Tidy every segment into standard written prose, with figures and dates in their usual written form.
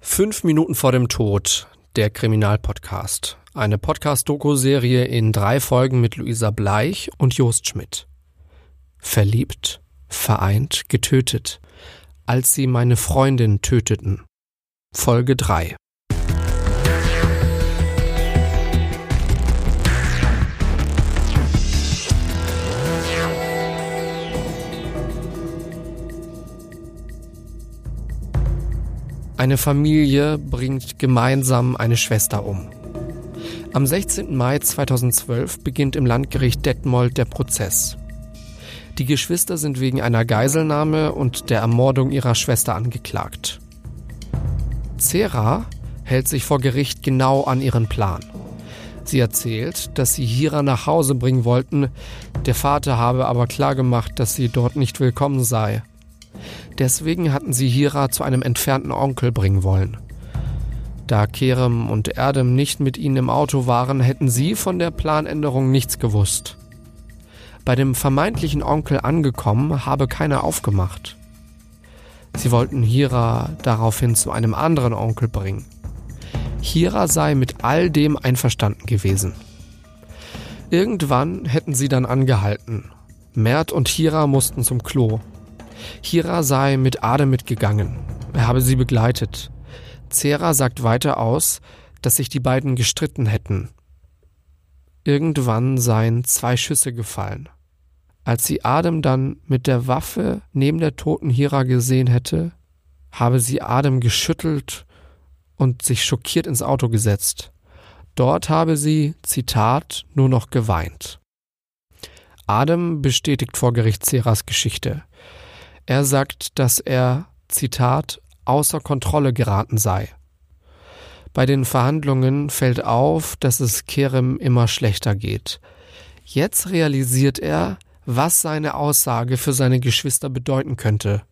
5 Minuten vor dem Tod, der Kriminalpodcast. Eine Podcast-Doku-Serie in 3 Folgen mit Luisa Bleich und Jost Schmidt. Verliebt, vereint, getötet, als sie meine Freundin töteten. Folge 3. Eine Familie bringt gemeinsam eine Schwester um. Am 16. Mai 2012 beginnt im Landgericht Detmold der Prozess. Die Geschwister sind wegen einer Geiselnahme und der Ermordung ihrer Schwester angeklagt. Zehra hält sich vor Gericht genau an ihren Plan. Sie erzählt, dass sie Hira nach Hause bringen wollten, der Vater habe aber klargemacht, dass sie dort nicht willkommen sei. Deswegen hatten sie Hira zu einem entfernten Onkel bringen wollen. Da Kerem und Erdem nicht mit ihnen im Auto waren, hätten sie von der Planänderung nichts gewusst. Bei dem vermeintlichen Onkel angekommen, habe keiner aufgemacht. Sie wollten Hira daraufhin zu einem anderen Onkel bringen. Hira sei mit all dem einverstanden gewesen. Irgendwann hätten sie dann angehalten. Mert und Hira mussten zum Klo. Hira sei mit Adem mitgegangen. Er habe sie begleitet. Zehra sagt weiter aus, dass sich die beiden gestritten hätten. Irgendwann seien 2 Schüsse gefallen. Als sie Adem dann mit der Waffe neben der toten Hira gesehen hätte, habe sie Adem geschüttelt und sich schockiert ins Auto gesetzt. Dort habe sie, Zitat, nur noch geweint. Adem bestätigt vor Gericht Zehras Geschichte. Er sagt, dass er, Zitat, außer Kontrolle geraten sei. Bei den Verhandlungen fällt auf, dass es Kerem immer schlechter geht. Jetzt realisiert er, was seine Aussage für seine Geschwister bedeuten könnte.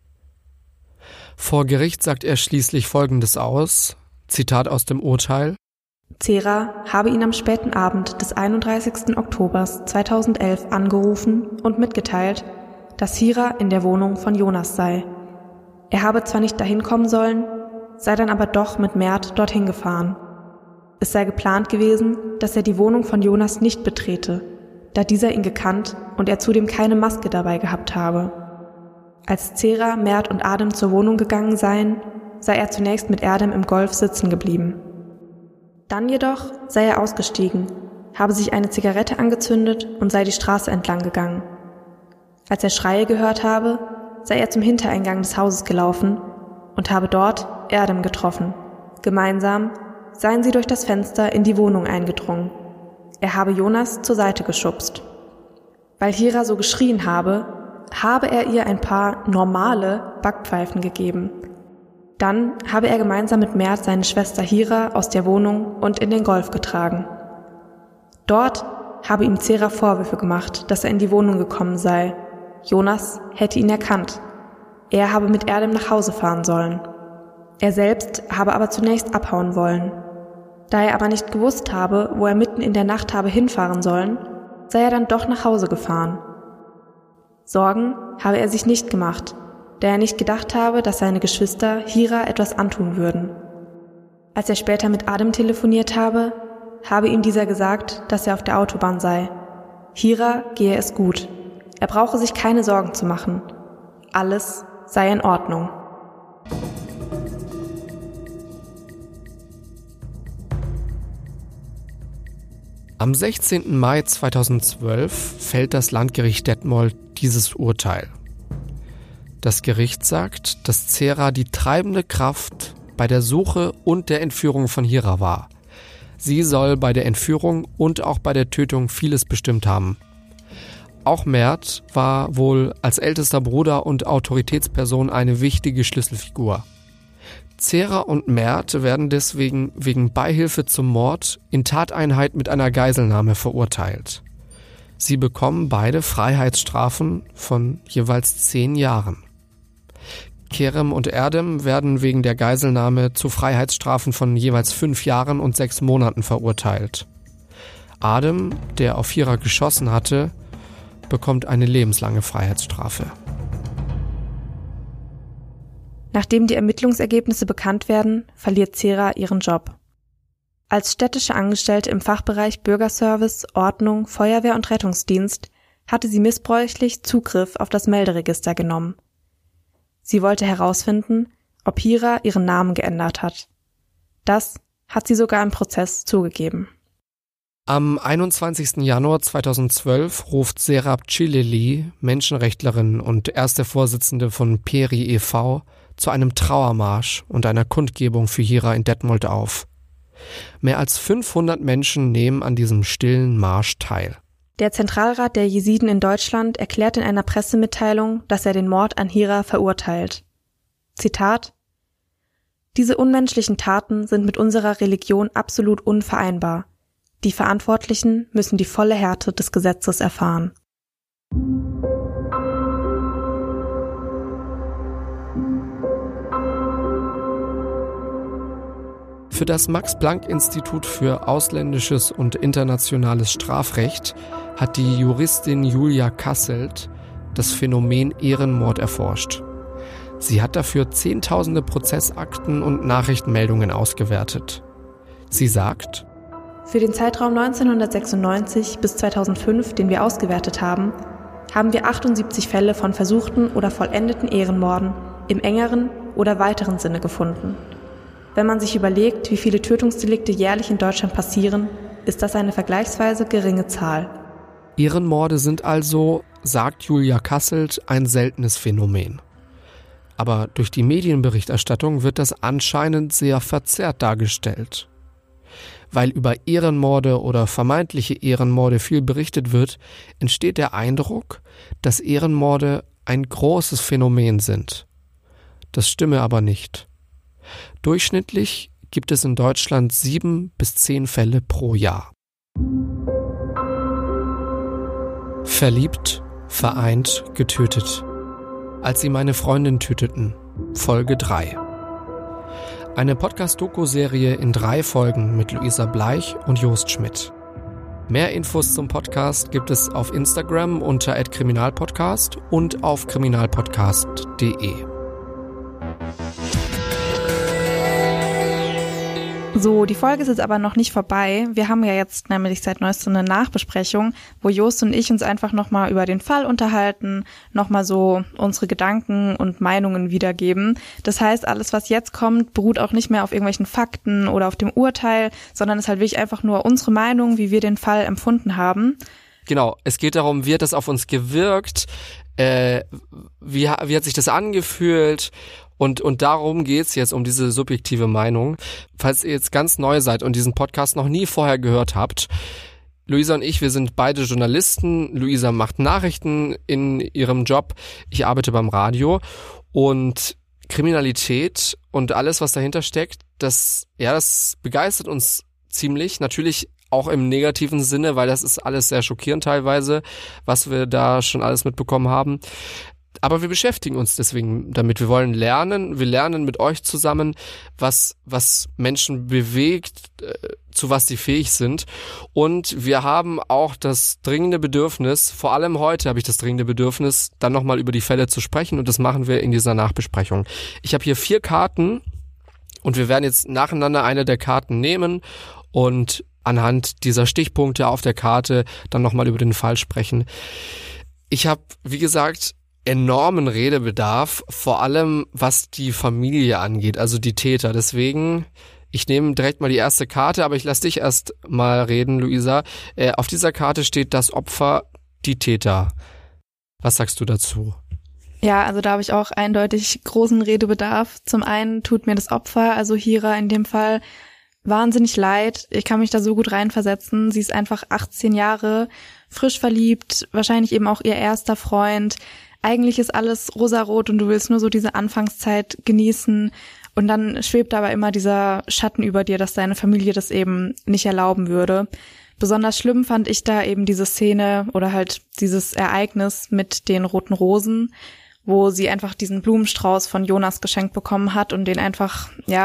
Vor Gericht sagt er schließlich Folgendes aus, Zitat aus dem Urteil: Zehra habe ihn am späten Abend des 31. Oktobers 2011 angerufen und mitgeteilt, dass Hira in der Wohnung von Jonas sei. Er habe zwar nicht dahin kommen sollen, sei dann aber doch mit Mert dorthin gefahren. Es sei geplant gewesen, dass er die Wohnung von Jonas nicht betrete, da dieser ihn gekannt und er zudem keine Maske dabei gehabt habe. Als Zehra, Mert und Adem zur Wohnung gegangen seien, sei er zunächst mit Erdem im Golf sitzen geblieben. Dann jedoch sei er ausgestiegen, habe sich eine Zigarette angezündet und sei die Straße entlang gegangen. Als er Schreie gehört habe, sei er zum Hintereingang des Hauses gelaufen und habe dort Erdem getroffen. Gemeinsam seien sie durch das Fenster in die Wohnung eingedrungen. Er habe Jonas zur Seite geschubst. Weil Hira so geschrien habe er ihr ein paar normale Backpfeifen gegeben. Dann habe er gemeinsam mit Mert seine Schwester Hira aus der Wohnung und in den Golf getragen. Dort habe ihm Zehra Vorwürfe gemacht, dass er in die Wohnung gekommen sei. Jonas hätte ihn erkannt. Er habe mit Erdem nach Hause fahren sollen. Er selbst habe aber zunächst abhauen wollen. Da er aber nicht gewusst habe, wo er mitten in der Nacht habe hinfahren sollen, sei er dann doch nach Hause gefahren. Sorgen habe er sich nicht gemacht, da er nicht gedacht habe, dass seine Geschwister Hira etwas antun würden. Als er später mit Adem telefoniert habe ihm dieser gesagt, dass er auf der Autobahn sei. Hira gehe es gut. Er brauche sich keine Sorgen zu machen. Alles sei in Ordnung. Am 16. Mai 2012 fällt das Landgericht Detmold dieses Urteil. Das Gericht sagt, dass Zehra die treibende Kraft bei der Suche und der Entführung von Hira war. Sie soll bei der Entführung und auch bei der Tötung vieles bestimmt haben. Auch Mert war wohl als ältester Bruder und Autoritätsperson eine wichtige Schlüsselfigur. Zehra und Mert werden deswegen wegen Beihilfe zum Mord in Tateinheit mit einer Geiselnahme verurteilt. Sie bekommen beide Freiheitsstrafen von jeweils 10 Jahren. Kerem und Erdem werden wegen der Geiselnahme zu Freiheitsstrafen von jeweils 5 Jahren und 6 Monaten verurteilt. Adem, der auf Hira geschossen hatte, bekommt eine lebenslange Freiheitsstrafe. Nachdem die Ermittlungsergebnisse bekannt werden, verliert Zehra ihren Job. Als städtische Angestellte im Fachbereich Bürgerservice, Ordnung, Feuerwehr und Rettungsdienst hatte sie missbräuchlich Zugriff auf das Melderegister genommen. Sie wollte herausfinden, ob Hira ihren Namen geändert hat. Das hat sie sogar im Prozess zugegeben. Am 21. Januar 2012 ruft Serap Cileli, Menschenrechtlerin und erste Vorsitzende von PERI e.V., zu einem Trauermarsch und einer Kundgebung für Hira in Detmold auf. Mehr als 500 Menschen nehmen an diesem stillen Marsch teil. Der Zentralrat der Jesiden in Deutschland erklärt in einer Pressemitteilung, dass er den Mord an Hira verurteilt. Zitat: Diese unmenschlichen Taten sind mit unserer Religion absolut unvereinbar. Die Verantwortlichen müssen die volle Härte des Gesetzes erfahren. Für das Max-Planck-Institut für ausländisches und internationales Strafrecht hat die Juristin Julia Kasselt das Phänomen Ehrenmord erforscht. Sie hat dafür Zehntausende Prozessakten und Nachrichtenmeldungen ausgewertet. Sie sagt: Für den Zeitraum 1996 bis 2005, den wir ausgewertet haben, haben wir 78 Fälle von versuchten oder vollendeten Ehrenmorden im engeren oder weiteren Sinne gefunden. Wenn man sich überlegt, wie viele Tötungsdelikte jährlich in Deutschland passieren, ist das eine vergleichsweise geringe Zahl. Ehrenmorde sind also, sagt Julia Kasselt, ein seltenes Phänomen. Aber durch die Medienberichterstattung wird das anscheinend sehr verzerrt dargestellt. Weil über Ehrenmorde oder vermeintliche Ehrenmorde viel berichtet wird, entsteht der Eindruck, dass Ehrenmorde ein großes Phänomen sind. Das stimme aber nicht. Durchschnittlich gibt es in Deutschland 7 bis 10 Fälle pro Jahr. Verliebt, vereint, getötet. Als sie meine Freundin töteten. Folge 3. Eine Podcast-Doku-Serie in 3 Folgen mit Luisa Bleich und Jost Schmidt. Mehr Infos zum Podcast gibt es auf Instagram unter @kriminalpodcast und auf kriminalpodcast.de. So, die Folge ist jetzt aber noch nicht vorbei. Wir haben ja jetzt nämlich seit neuestem eine Nachbesprechung, wo Jost und ich uns einfach nochmal über den Fall unterhalten, nochmal so unsere Gedanken und Meinungen wiedergeben. Das heißt, alles, was jetzt kommt, beruht auch nicht mehr auf irgendwelchen Fakten oder auf dem Urteil, sondern ist halt wirklich einfach nur unsere Meinung, wie wir den Fall empfunden haben. Genau, es geht darum, wie hat das auf uns gewirkt, wie hat sich das angefühlt? Und darum geht's jetzt, um diese subjektive Meinung. Falls ihr jetzt ganz neu seid und diesen Podcast noch nie vorher gehört habt, Luisa und ich, wir sind beide Journalisten. Luisa macht Nachrichten in ihrem Job. Ich arbeite beim Radio. Und Kriminalität und alles, was dahinter steckt, das begeistert uns ziemlich. Natürlich auch im negativen Sinne, weil das ist alles sehr schockierend teilweise, was wir da schon alles mitbekommen haben. Aber wir beschäftigen uns deswegen damit. Wir wollen lernen. Wir lernen mit euch zusammen, was Menschen bewegt, zu was sie fähig sind. Und wir haben auch das dringende Bedürfnis, vor allem heute habe ich das dringende Bedürfnis, dann nochmal über die Fälle zu sprechen. Und das machen wir in dieser Nachbesprechung. Ich habe hier 4 Karten und wir werden jetzt nacheinander eine der Karten nehmen und anhand dieser Stichpunkte auf der Karte dann nochmal über den Fall sprechen. Ich habe, wie gesagt, enormen Redebedarf, vor allem was die Familie angeht, also die Täter. Deswegen, ich nehme direkt mal die erste Karte, aber ich lasse dich erst mal reden, Luisa. Auf dieser Karte steht das Opfer, die Täter. Was sagst du dazu? Ja, also da habe ich auch eindeutig großen Redebedarf. Zum einen tut mir das Opfer, also Hira in dem Fall, wahnsinnig leid. Ich kann mich da so gut reinversetzen. Sie ist einfach 18 Jahre, frisch verliebt, wahrscheinlich eben auch ihr erster Freund. Eigentlich ist alles rosarot und du willst nur so diese Anfangszeit genießen und dann schwebt aber immer dieser Schatten über dir, dass deine Familie das eben nicht erlauben würde. Besonders schlimm fand ich da eben diese Szene oder halt dieses Ereignis mit den roten Rosen, wo sie einfach diesen Blumenstrauß von Jonas geschenkt bekommen hat und den einfach,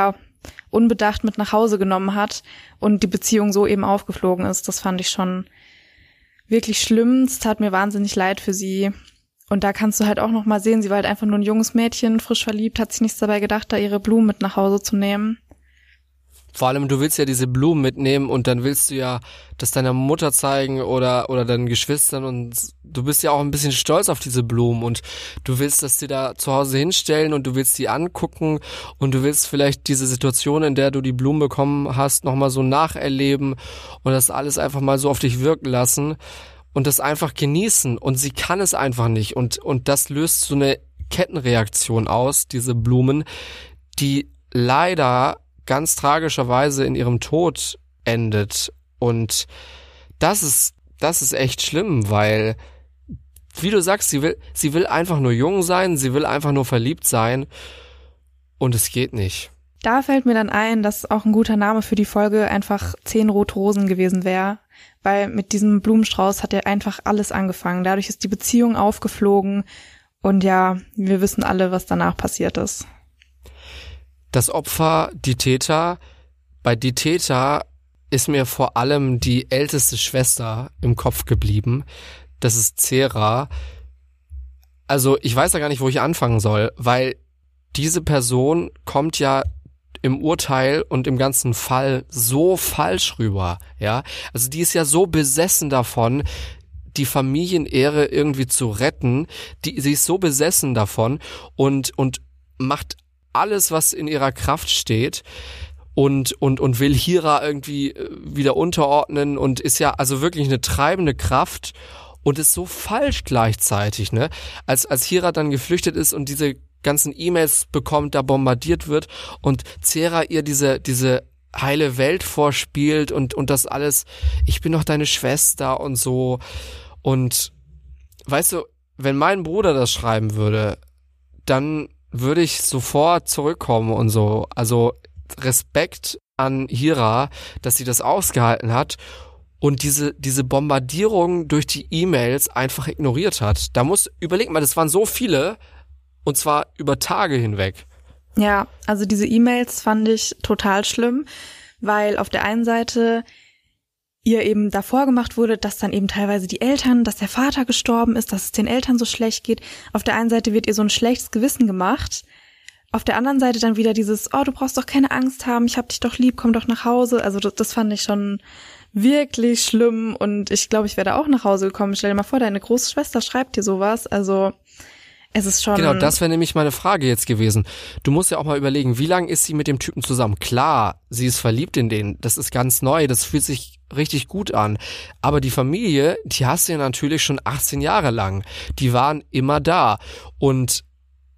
unbedacht mit nach Hause genommen hat und die Beziehung so eben aufgeflogen ist. Das fand ich schon wirklich schlimm. Es tat mir wahnsinnig leid für sie. Und da kannst du halt auch noch mal sehen, sie war halt einfach nur ein junges Mädchen, frisch verliebt, hat sich nichts dabei gedacht, da ihre Blumen mit nach Hause zu nehmen. Vor allem, du willst ja diese Blumen mitnehmen und dann willst du ja das deiner Mutter zeigen oder deinen Geschwistern und du bist ja auch ein bisschen stolz auf diese Blumen und du willst das dir da zu Hause hinstellen und du willst die angucken und du willst vielleicht diese Situation, in der du die Blumen bekommen hast, nochmal so nacherleben und das alles einfach mal so auf dich wirken lassen und das einfach genießen und sie kann es einfach nicht und das löst so eine Kettenreaktion aus, diese Blumen, die leider ganz tragischerweise in ihrem Tod endet. Und das ist echt schlimm, weil, wie du sagst, sie will einfach nur jung sein, sie will einfach nur verliebt sein und es geht nicht. Da fällt mir dann ein, dass auch ein guter Name für die Folge einfach 10 rote Rosen gewesen wäre, weil mit diesem Blumenstrauß hat ja einfach alles angefangen. Dadurch ist die Beziehung aufgeflogen und ja, wir wissen alle, was danach passiert ist. Das Opfer, die Täter. Bei die Täter ist mir vor allem die älteste Schwester im Kopf geblieben. Das ist Zera. Also ich weiß ja gar nicht, wo ich anfangen soll, weil diese Person kommt ja im Urteil und im ganzen Fall so falsch rüber, ja. Also die ist ja so besessen davon, die Familienehre irgendwie zu retten. Sie ist so besessen davon und macht alles, was in ihrer Kraft steht und will Hira irgendwie wieder unterordnen und ist ja also wirklich eine treibende Kraft und ist so falsch gleichzeitig, ne? Als Hira dann geflüchtet ist und diese ganzen E-Mails bekommt, da bombardiert wird und Zera ihr diese heile Welt vorspielt und das alles, ich bin doch deine Schwester und so. Und weißt du, wenn mein Bruder das schreiben würde, dann würde ich sofort zurückkommen und so. Also Respekt an Hira, dass sie das ausgehalten hat und diese Bombardierung durch die E-Mails einfach ignoriert hat. Überleg mal, das waren so viele und zwar über Tage hinweg. Ja, also diese E-Mails fand ich total schlimm, weil auf der einen Seite ihr eben davor gemacht wurde, dass dann eben teilweise dass der Vater gestorben ist, dass es den Eltern so schlecht geht. Auf der einen Seite wird ihr so ein schlechtes Gewissen gemacht. Auf der anderen Seite dann wieder dieses, oh, du brauchst doch keine Angst haben, ich hab dich doch lieb, komm doch nach Hause. Also das fand ich schon wirklich schlimm und ich glaube, ich wäre da auch nach Hause gekommen. Stell dir mal vor, deine große Schwester schreibt dir sowas. Also es ist schon... Genau, das wäre nämlich meine Frage jetzt gewesen. Du musst ja auch mal überlegen, wie lange ist sie mit dem Typen zusammen? Klar, sie ist verliebt in den, das ist ganz neu, das fühlt sich richtig gut an. Aber die Familie, die hast du ja natürlich schon 18 Jahre lang. Die waren immer da. Und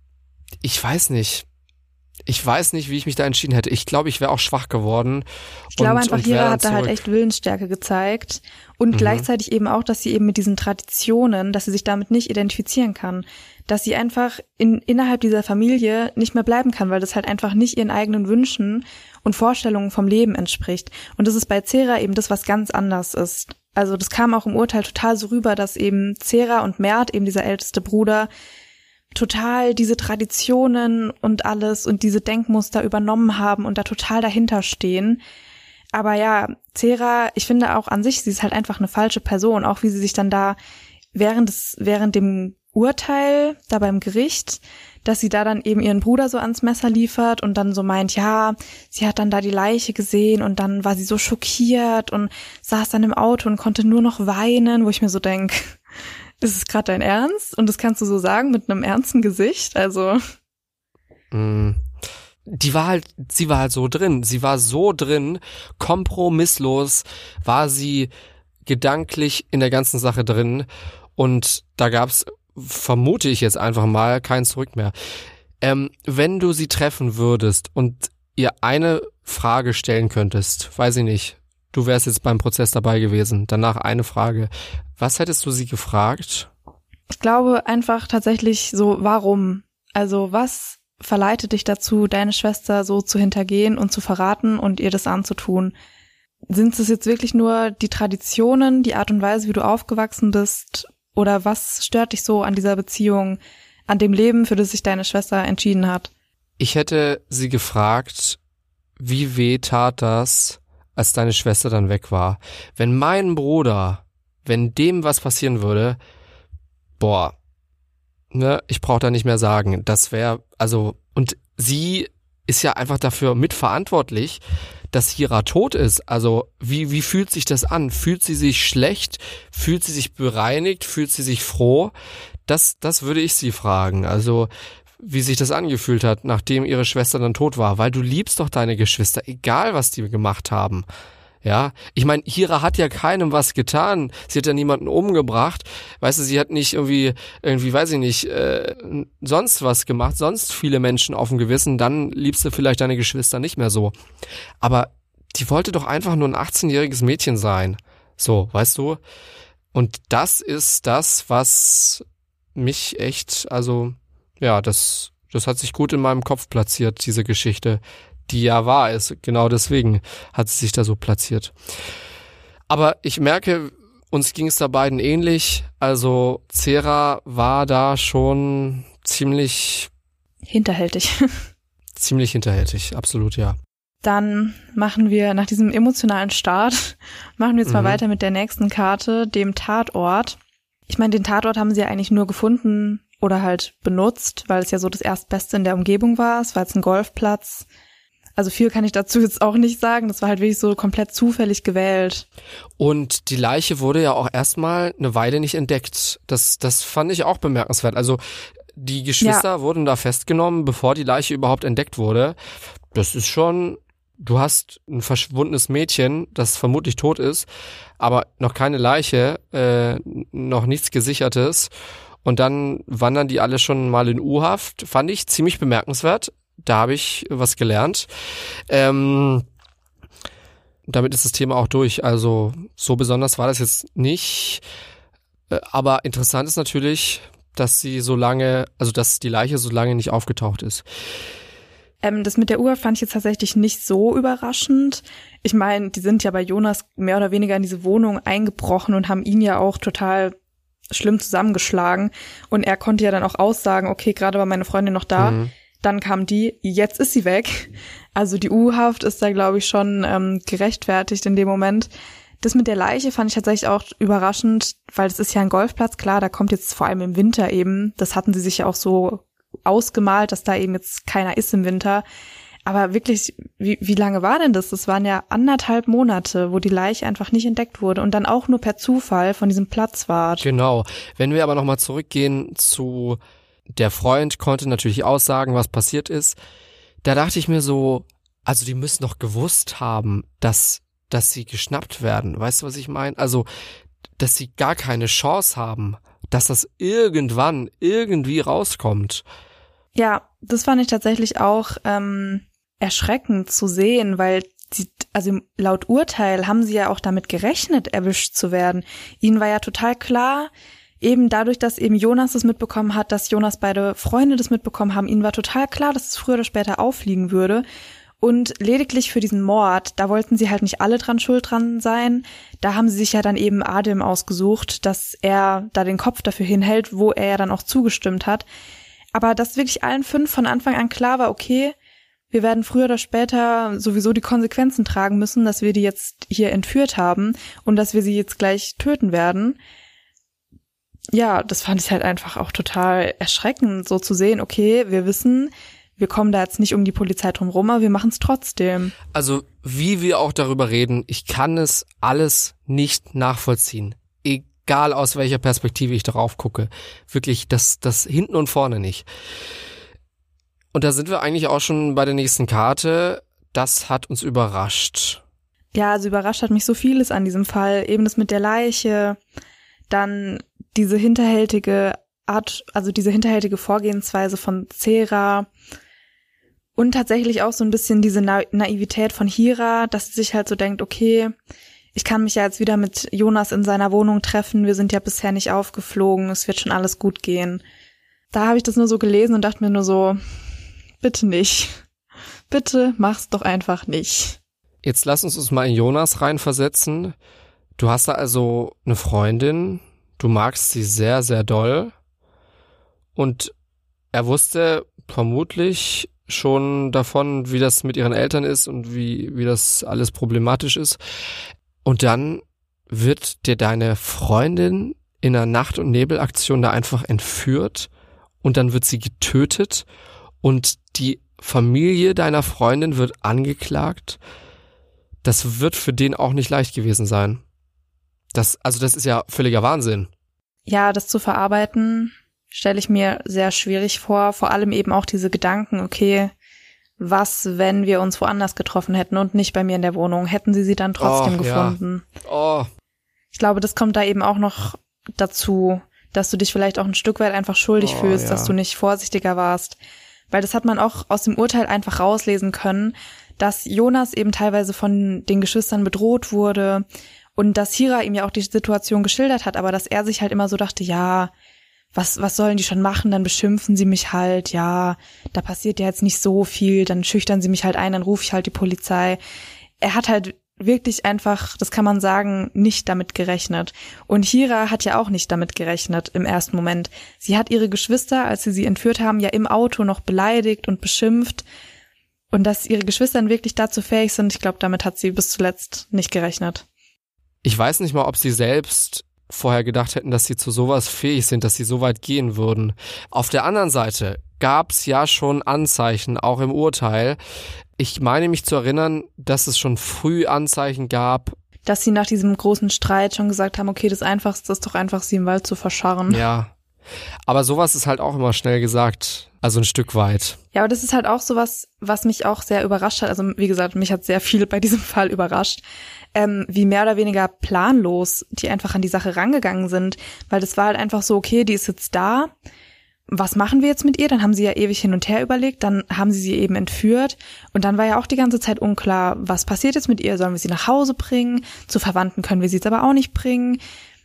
ich weiß nicht, wie ich mich da entschieden hätte. Ich glaube, ich wäre auch schwach geworden. Ich glaube einfach, Hira hat da halt echt Willensstärke gezeigt. Und gleichzeitig eben auch, dass sie eben mit diesen Traditionen, dass sie sich damit nicht identifizieren kann. Dass sie einfach innerhalb dieser Familie nicht mehr bleiben kann, weil das halt einfach nicht ihren eigenen Wünschen und Vorstellungen vom Leben entspricht. Und das ist bei Zera eben das, was ganz anders ist. Also das kam auch im Urteil total so rüber, dass eben Zera und Mert, eben dieser älteste Bruder, total diese Traditionen und alles und diese Denkmuster übernommen haben und da total dahinter stehen. Aber ja, Zera, ich finde auch an sich, sie ist halt einfach eine falsche Person, auch wie sie sich dann da während dem Urteil da beim Gericht, dass sie da dann eben ihren Bruder so ans Messer liefert und dann so meint, ja, sie hat dann da die Leiche gesehen und dann war sie so schockiert und saß dann im Auto und konnte nur noch weinen, wo ich mir so denke, ist es gerade dein Ernst? Und das kannst du so sagen mit einem ernsten Gesicht? Also. Sie war halt so drin. Sie war so drin, kompromisslos war sie gedanklich in der ganzen Sache drin. Und da gab's, vermute ich jetzt einfach mal, kein Zurück mehr. Wenn du sie treffen würdest und ihr eine Frage stellen könntest, weiß ich nicht, du wärst jetzt beim Prozess dabei gewesen, danach eine Frage. Was hättest du sie gefragt? Ich glaube einfach tatsächlich so, warum? Also was verleitet dich dazu, deine Schwester so zu hintergehen und zu verraten und ihr das anzutun? Sind es jetzt wirklich nur die Traditionen, die Art und Weise, wie du aufgewachsen bist? Oder was stört dich so an dieser Beziehung, an dem Leben, für das sich deine Schwester entschieden hat? Ich hätte sie gefragt, wie weh tat das, als deine Schwester dann weg war? Wenn mein Bruder, wenn dem was passieren würde, boah, ne, ich brauche da nicht mehr sagen. Das wäre, also, und sie ist ja einfach dafür mitverantwortlich, dass Hira tot ist. Also wie fühlt sich das an? Fühlt sie sich schlecht? Fühlt sie sich bereinigt? Fühlt sie sich froh? Das würde ich sie fragen. Also wie sich das angefühlt hat, nachdem ihre Schwester dann tot war. Weil du liebst doch deine Geschwister, egal was die gemacht haben. Ja, ich meine, Hira hat ja keinem was getan. Sie hat ja niemanden umgebracht. Weißt du, sie hat nicht irgendwie, weiß ich nicht, sonst was gemacht, sonst viele Menschen auf dem Gewissen. Dann liebst du vielleicht deine Geschwister nicht mehr so. Aber die wollte doch einfach nur ein 18-jähriges Mädchen sein. So, weißt du? Und das ist das, was mich echt, also, ja, das hat sich gut in meinem Kopf platziert, diese Geschichte. Die ja wahr ist. Genau deswegen hat sie sich da so platziert. Aber ich merke, uns ging es da beiden ähnlich. Also Zehra war da schon ziemlich hinterhältig. Ziemlich hinterhältig, absolut, ja. Dann machen wir nach diesem emotionalen Start, jetzt mal weiter mit der nächsten Karte, dem Tatort. Ich meine, den Tatort haben sie ja eigentlich nur gefunden oder halt benutzt, weil es ja so das Erstbeste in der Umgebung war. Es war jetzt ein Golfplatz. Also viel kann ich dazu jetzt auch nicht sagen. Das war halt wirklich so komplett zufällig gewählt. Und die Leiche wurde ja auch erstmal eine Weile nicht entdeckt. Das fand ich auch bemerkenswert. Also die Geschwister wurden da festgenommen, bevor die Leiche überhaupt entdeckt wurde. Das ist schon, du hast ein verschwundenes Mädchen, das vermutlich tot ist, aber noch keine Leiche, noch nichts Gesichertes. Und dann wandern die alle schon mal in U-Haft. Fand ich ziemlich bemerkenswert. Da habe ich was gelernt. Damit ist das Thema auch durch. Also so besonders war das jetzt nicht. Aber interessant ist natürlich, dass die Leiche so lange nicht aufgetaucht ist. Das mit der Uhr fand ich jetzt tatsächlich nicht so überraschend. Ich meine, die sind ja bei Jonas mehr oder weniger in diese Wohnung eingebrochen und haben ihn ja auch total schlimm zusammengeschlagen. Und er konnte ja dann auch aussagen, okay, gerade war meine Freundin noch da. Dann kam jetzt ist sie weg. Also die U-Haft ist da, glaube ich, schon gerechtfertigt in dem Moment. Das mit der Leiche fand ich tatsächlich auch überraschend, weil es ist ja ein Golfplatz, klar, da kommt jetzt vor allem im Winter eben, das hatten sie sich ja auch so ausgemalt, dass da eben jetzt keiner ist im Winter. Aber wirklich, wie lange war denn das? Das waren ja 1,5 Monate, wo die Leiche einfach nicht entdeckt wurde und dann auch nur per Zufall von diesem Platzwart. Genau. Wenn wir aber nochmal zurückgehen zu der Freund konnte natürlich aussagen, was passiert ist. Da dachte ich mir so, also die müssen doch gewusst haben, dass sie geschnappt werden. Weißt du, was ich meine? Also, dass sie gar keine Chance haben, dass das irgendwann irgendwie rauskommt. Ja, das fand ich tatsächlich auch erschreckend zu sehen, weil also laut Urteil haben sie ja auch damit gerechnet, erwischt zu werden. Ihnen war ja total klar, eben dadurch, dass eben Jonas das mitbekommen hat, dass Jonas beide Freunde das mitbekommen haben, ihnen war total klar, dass es früher oder später auffliegen würde. Und lediglich für diesen Mord, da wollten sie halt nicht alle schuld dran sein. Da haben sie sich ja dann eben Adem ausgesucht, dass er da den Kopf dafür hinhält, wo er ja dann auch zugestimmt hat. Aber dass wirklich allen 5 von Anfang an klar war, okay, wir werden früher oder später sowieso die Konsequenzen tragen müssen, dass wir die jetzt hier entführt haben und dass wir sie jetzt gleich töten werden. Ja, das fand ich halt einfach auch total erschreckend, so zu sehen, okay, wir wissen, wir kommen da jetzt nicht um die Polizei drum rum, aber wir machen es trotzdem. Also, wie wir auch darüber reden, ich kann es alles nicht nachvollziehen. Egal aus welcher Perspektive ich darauf gucke. Wirklich, das hinten und vorne nicht. Und da sind wir eigentlich auch schon bei der nächsten Karte. Das hat uns überrascht. Ja, also überrascht hat mich so vieles an diesem Fall. Eben das mit der Leiche, dann diese hinterhältige Art, also diese hinterhältige Vorgehensweise von Zehra und tatsächlich auch so ein bisschen diese Naivität von Hira, dass sie sich halt so denkt, okay, ich kann mich ja jetzt wieder mit Jonas in seiner Wohnung treffen, wir sind ja bisher nicht aufgeflogen, es wird schon alles gut gehen. Da habe ich das nur so gelesen und dachte mir nur so, bitte nicht. Bitte mach's doch einfach nicht. Jetzt lass uns mal in Jonas reinversetzen. Du hast da also eine Freundin, du magst sie sehr, sehr doll und er wusste vermutlich schon davon, wie das mit ihren Eltern ist und wie das alles problematisch ist. Und dann wird dir deine Freundin in einer Nacht- und Nebelaktion da einfach entführt und dann wird sie getötet und die Familie deiner Freundin wird angeklagt. Das wird für den auch nicht leicht gewesen sein. Das ist ja völliger Wahnsinn. Ja, das zu verarbeiten, stelle ich mir sehr schwierig vor. Vor allem eben auch diese Gedanken, okay, was, wenn wir uns woanders getroffen hätten und nicht bei mir in der Wohnung? Hätten sie dann trotzdem gefunden? Ja. Oh. Ich glaube, das kommt da eben auch noch dazu, dass du dich vielleicht auch ein Stück weit einfach schuldig fühlst, dass du nicht vorsichtiger warst. Weil das hat man auch aus dem Urteil einfach rauslesen können, dass Jonas eben teilweise von den Geschwistern bedroht wurde und dass Hira ihm ja auch die Situation geschildert hat, aber dass er sich halt immer so dachte, ja, was sollen die schon machen, dann beschimpfen sie mich halt, ja, da passiert ja jetzt nicht so viel, dann schüchtern sie mich halt ein, dann rufe ich halt die Polizei. Er hat halt wirklich einfach, das kann man sagen, nicht damit gerechnet. Und Hira hat ja auch nicht damit gerechnet im ersten Moment. Sie hat ihre Geschwister, als sie entführt haben, ja im Auto noch beleidigt und beschimpft. Und dass ihre Geschwister dann wirklich dazu fähig sind, ich glaube, damit hat sie bis zuletzt nicht gerechnet. Ich weiß nicht mal, ob sie selbst vorher gedacht hätten, dass sie zu sowas fähig sind, dass sie so weit gehen würden. Auf der anderen Seite gab es ja schon Anzeichen, auch im Urteil. Ich meine mich zu erinnern, dass es schon früh Anzeichen gab. Dass sie nach diesem großen Streit schon gesagt haben, okay, das Einfachste ist doch einfach, sie im Wald zu verscharren. Ja, aber sowas ist halt auch immer schnell gesagt, also ein Stück weit. Ja, aber das ist halt auch sowas, was mich auch sehr überrascht hat. Also wie gesagt, mich hat sehr viel bei diesem Fall überrascht, wie mehr oder weniger planlos die einfach an die Sache rangegangen sind. Weil das war halt einfach so, okay, die ist jetzt da. Was machen wir jetzt mit ihr? Dann haben sie ja ewig hin und her überlegt, dann haben sie eben entführt und dann war ja auch die ganze Zeit unklar, was passiert jetzt mit ihr? Sollen wir sie nach Hause bringen? Zu Verwandten können wir sie jetzt aber auch nicht bringen.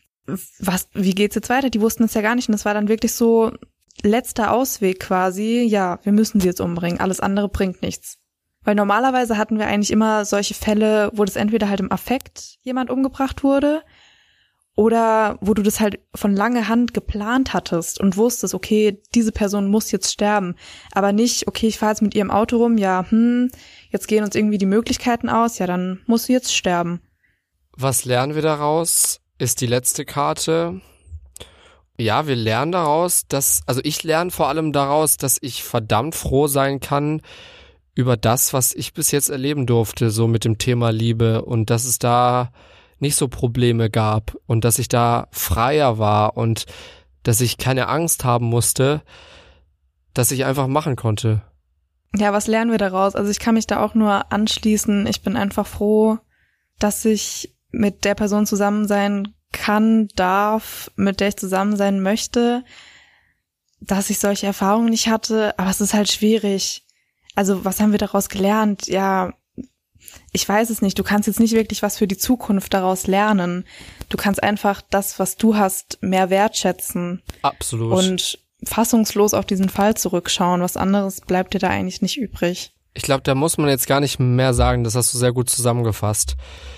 Wie geht's jetzt weiter? Die wussten es ja gar nicht und das war dann wirklich so letzter Ausweg quasi. Ja, wir müssen sie jetzt umbringen, alles andere bringt nichts. Weil normalerweise hatten wir eigentlich immer solche Fälle, wo das entweder halt im Affekt jemand umgebracht wurde oder wo du das halt von langer Hand geplant hattest und wusstest, okay, diese Person muss jetzt sterben. Aber nicht, okay, ich fahre jetzt mit ihrem Auto rum, ja, jetzt gehen uns irgendwie die Möglichkeiten aus, ja, dann muss sie jetzt sterben. Was lernen wir daraus? Ist die letzte Karte. Ja, wir lernen daraus, ich lerne vor allem daraus, dass ich verdammt froh sein kann über das, was ich bis jetzt erleben durfte, so mit dem Thema Liebe und dass es da nicht so Probleme gab und dass ich da freier war und dass ich keine Angst haben musste, dass ich einfach machen konnte. Ja, was lernen wir daraus? Also ich kann mich da auch nur anschließen. Ich bin einfach froh, dass ich mit der Person zusammen sein kann, darf, mit der ich zusammen sein möchte, dass ich solche Erfahrungen nicht hatte, aber es ist halt schwierig. Also was haben wir daraus gelernt? Ja, ich weiß es nicht. Du kannst jetzt nicht wirklich was für die Zukunft daraus lernen. Du kannst einfach das, was du hast, mehr wertschätzen. Absolut. Und fassungslos auf diesen Fall zurückschauen. Was anderes bleibt dir da eigentlich nicht übrig. Ich glaube, da muss man jetzt gar nicht mehr sagen. Das hast du sehr gut zusammengefasst.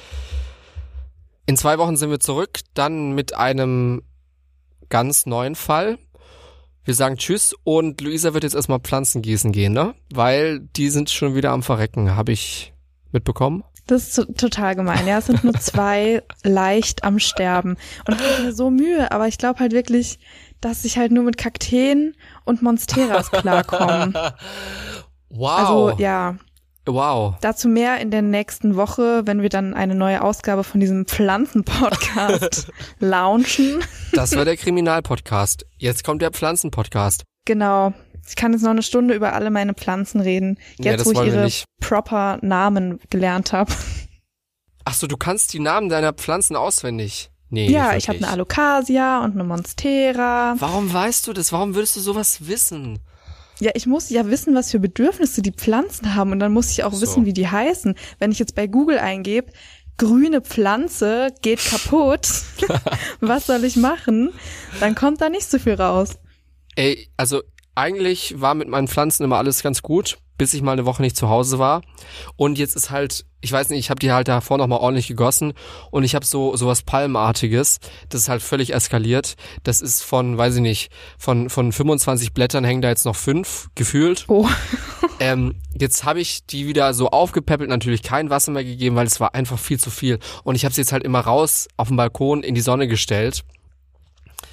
In 2 Wochen sind wir zurück, dann mit einem ganz neuen Fall. Wir sagen Tschüss und Luisa wird jetzt erstmal Pflanzen gießen gehen, ne? Weil die sind schon wieder am Verrecken, habe ich mitbekommen. Das ist total gemein, ja. Es sind nur 2 leicht am Sterben. Und ich habe mir so Mühe, aber ich glaube halt wirklich, dass ich halt nur mit Kakteen und Monsteras klarkomme. Wow. Also, ja. Wow. Dazu mehr in der nächsten Woche, wenn wir dann eine neue Ausgabe von diesem Pflanzen-Podcast launchen. Das war der Kriminal-Podcast. Jetzt kommt der Pflanzen-Podcast. Genau. Ich kann jetzt noch eine Stunde über alle meine Pflanzen reden. Jetzt, ja, wo ich ihre nicht. proper Namen gelernt habe. Ach so, du kannst die Namen deiner Pflanzen auswendig? Nee, ja, ich habe eine Alocasia und eine Monstera. Warum weißt du das? Warum würdest du sowas wissen? Ja, ich muss ja wissen, was für Bedürfnisse die Pflanzen haben und dann muss ich auch wissen, wie die heißen. Wenn ich jetzt bei Google eingebe, grüne Pflanze geht kaputt, was soll ich machen? Dann kommt da nicht so viel raus. Ey, also eigentlich war mit meinen Pflanzen immer alles ganz gut, bis ich mal eine Woche nicht zu Hause war. Und jetzt ist halt, ich weiß nicht, ich habe die halt davor nochmal ordentlich gegossen und ich habe sowas Palmenartiges, das ist halt völlig eskaliert. Das ist von, weiß ich nicht, von 25 Blättern hängen da jetzt noch 5, gefühlt. Oh. Jetzt habe ich die wieder so aufgepäppelt, natürlich kein Wasser mehr gegeben, weil es war einfach viel zu viel. Und ich habe sie jetzt halt immer raus auf den Balkon in die Sonne gestellt.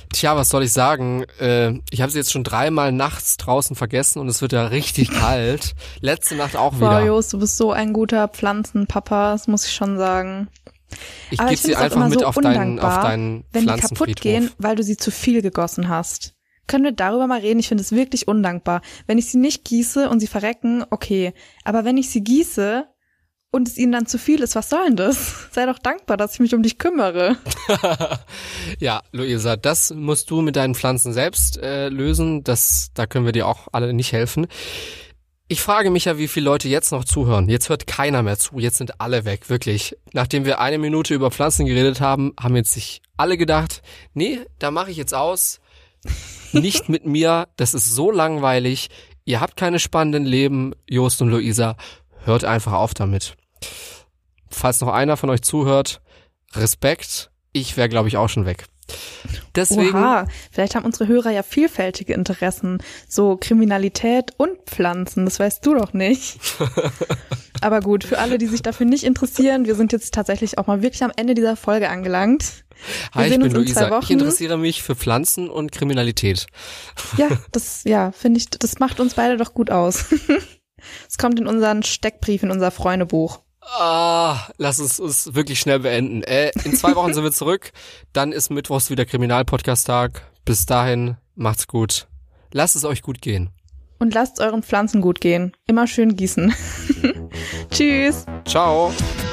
Tja, was soll ich sagen? Ich habe sie jetzt schon 3-mal nachts draußen vergessen und es wird ja richtig kalt. Letzte Nacht auch wieder. Boah, Jost, du bist so ein guter Pflanzenpapa, das muss ich schon sagen. Ich gebe sie einfach mit auf deinen wenn die kaputt gehen, weil du sie zu viel gegossen hast. Können wir darüber mal reden? Ich finde es wirklich undankbar. Wenn ich sie nicht gieße und sie verrecken, okay. Aber wenn ich sie gieße und es ihnen dann zu viel ist, was soll denn das? Sei doch dankbar, dass ich mich um dich kümmere. Ja, Luisa, das musst du mit deinen Pflanzen selbst lösen. Da können wir dir auch alle nicht helfen. Ich frage mich ja, wie viele Leute jetzt noch zuhören. Jetzt hört keiner mehr zu. Jetzt sind alle weg, wirklich. Nachdem wir 1 Minute über Pflanzen geredet haben, haben jetzt sich alle gedacht, nee, da mache ich jetzt aus. Nicht mit mir. Das ist so langweilig. Ihr habt keine spannenden Leben, Jost und Luisa. Hört einfach auf damit. Falls noch einer von euch zuhört, Respekt. Ich wäre, glaube ich, auch schon weg. Deswegen. Oha, vielleicht haben unsere Hörer ja vielfältige Interessen, so Kriminalität und Pflanzen, das weißt du doch nicht. Aber gut, für alle, die sich dafür nicht interessieren, wir sind jetzt tatsächlich auch mal wirklich am Ende dieser Folge angelangt. Hi, ich bin Luisa. Ich interessiere mich für Pflanzen und Kriminalität. Ja, finde ich, das macht uns beide doch gut aus. Es kommt in unseren Steckbrief, in unser Freundebuch. Lass uns wirklich schnell beenden. In 2 Wochen sind wir zurück. Dann ist mittwochs wieder Kriminalpodcast-Tag. Bis dahin, macht's gut. Lasst es euch gut gehen. Und lasst euren Pflanzen gut gehen. Immer schön gießen. Tschüss. Ciao.